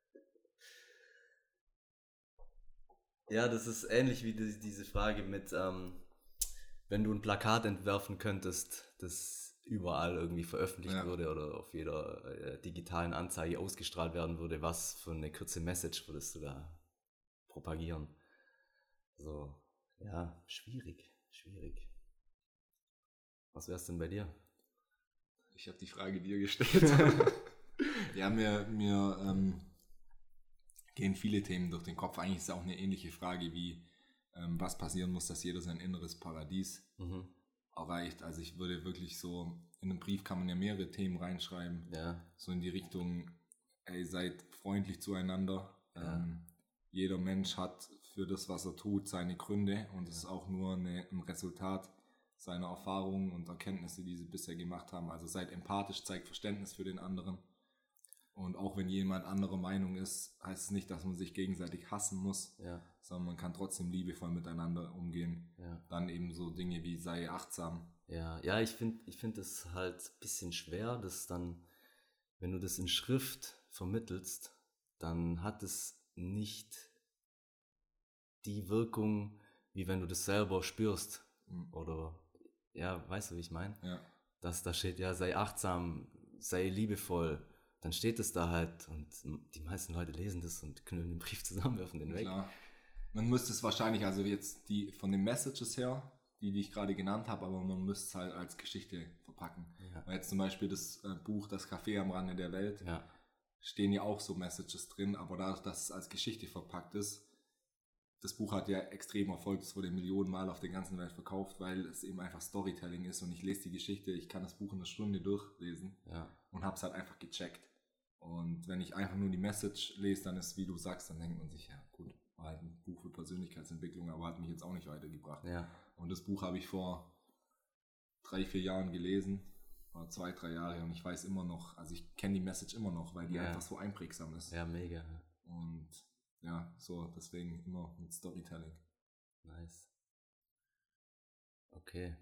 Ja, das ist ähnlich wie die, diese Frage mit, ähm, wenn du ein Plakat entwerfen könntest, das überall irgendwie veröffentlicht ja. würde oder auf jeder äh, digitalen Anzeige ausgestrahlt werden würde, was für eine kurze Message würdest du da propagieren? So, ja, schwierig, schwierig. Was wär's denn bei dir? Ich habe die Frage dir gestellt. Ja, mir, mir ähm, gehen viele Themen durch den Kopf. Eigentlich ist es auch eine ähnliche Frage wie, ähm, was passieren muss, dass jeder sein inneres Paradies mhm. erreicht. Also ich würde wirklich so, in einem Brief kann man ja mehrere Themen reinschreiben. Ja. So in die Richtung, ey, seid freundlich zueinander. Ja. Ähm, jeder Mensch hat für das, was er tut, seine Gründe und es ja. ist auch nur eine, ein Resultat seiner Erfahrungen und Erkenntnisse, die sie bisher gemacht haben. Also seid empathisch, zeigt Verständnis für den anderen. Und auch wenn jemand anderer Meinung ist, heißt es nicht, dass man sich gegenseitig hassen muss, ja. sondern man kann trotzdem liebevoll miteinander umgehen. Ja. Dann eben so Dinge wie sei achtsam. Ja, ja, ich finde ich finde es halt ein bisschen schwer, dass dann, wenn du das in Schrift vermittelst, dann hat es nicht die Wirkung, wie wenn du das selber spürst. Mhm. Oder, ja, weißt du, wie ich meine? Ja. Dass da steht, ja, sei achtsam, sei liebevoll, dann steht es da halt und die meisten Leute lesen das und knüllen den Brief zusammen, werfen den weg. Klar. Man müsste es wahrscheinlich, also jetzt die von den Messages her, die, die ich gerade genannt habe, aber man müsste es halt als Geschichte verpacken. Ja. Weil jetzt zum Beispiel das äh, Buch Das Café am Rande der Welt, ja. stehen ja auch so Messages drin, aber dadurch, dass es als Geschichte verpackt ist, das Buch hat ja extrem Erfolg, es wurde Millionen Mal auf der ganzen Welt verkauft, weil es eben einfach Storytelling ist und ich lese die Geschichte, ich kann das Buch in einer Stunde durchlesen ja. und habe es halt einfach gecheckt. Und wenn ich einfach nur die Message lese, dann ist, wie du sagst, dann denkt man sich, ja gut, war halt ein Buch für Persönlichkeitsentwicklung, aber hat mich jetzt auch nicht weitergebracht. Ja. Und das Buch habe ich vor drei, vier Jahren gelesen, oder zwei, drei Jahre und ich weiß immer noch, also ich kenne die Message immer noch, weil die ja. einfach so einprägsam ist. Ja, mega. Und ja, so deswegen immer mit Storytelling. Nice. Okay.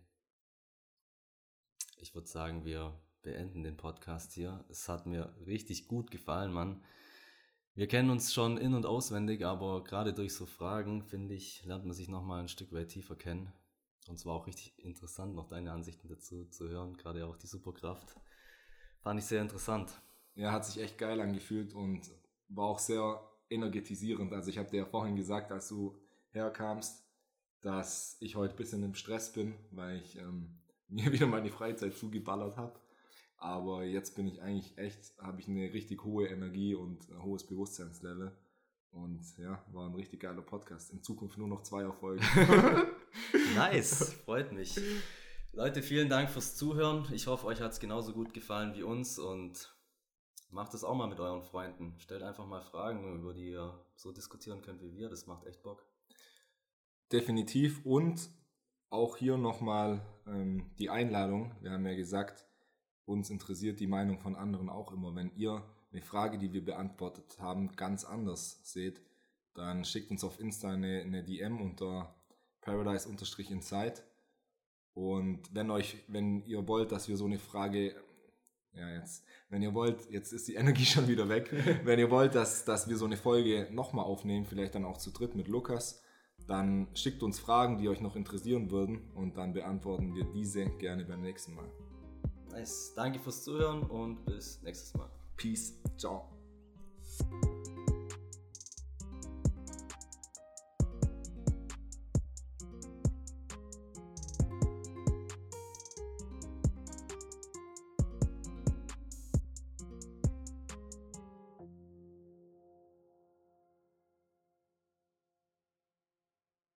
Ich würde sagen, wir beenden den Podcast hier. Es hat mir richtig gut gefallen, Mann. Wir kennen uns schon in- und auswendig, aber gerade durch so Fragen, finde ich, lernt man sich nochmal ein Stück weit tiefer kennen. Und es war auch richtig interessant, noch deine Ansichten dazu zu hören, gerade auch die Superkraft. Fand ich sehr interessant. Ja, hat sich echt geil angefühlt und war auch sehr energetisierend. Also ich habe dir ja vorhin gesagt, als du herkamst, dass ich heute ein bisschen im Stress bin, weil ich ähm, mir wieder meine Freizeit zugeballert habe. Aber jetzt bin ich eigentlich echt, habe ich eine richtig hohe Energie und ein hohes Bewusstseinslevel. Und ja, war ein richtig geiler Podcast. In Zukunft nur noch zwei Erfolge. Nice, freut mich. Leute, vielen Dank fürs Zuhören. Ich hoffe, euch hat es genauso gut gefallen wie uns und macht es auch mal mit euren Freunden. Stellt einfach mal Fragen, über die ihr so diskutieren könnt wie wir. Das macht echt Bock. Definitiv. Und auch hier nochmal ähm, die Einladung. Wir haben ja gesagt, uns interessiert die Meinung von anderen auch immer. Wenn ihr eine Frage, die wir beantwortet haben, ganz anders seht, dann schickt uns auf Insta eine, eine D M unter paradise-inside. Und wenn euch, wenn ihr wollt, dass wir so eine Frage, ja jetzt, wenn ihr wollt, jetzt ist die Energie schon wieder weg, wenn ihr wollt, dass, dass wir so eine Folge nochmal aufnehmen, vielleicht dann auch zu dritt mit Lukas, dann schickt uns Fragen, die euch noch interessieren würden und dann beantworten wir diese gerne beim nächsten Mal. Nice. Danke fürs Zuhören und bis nächstes Mal. Peace. Ciao.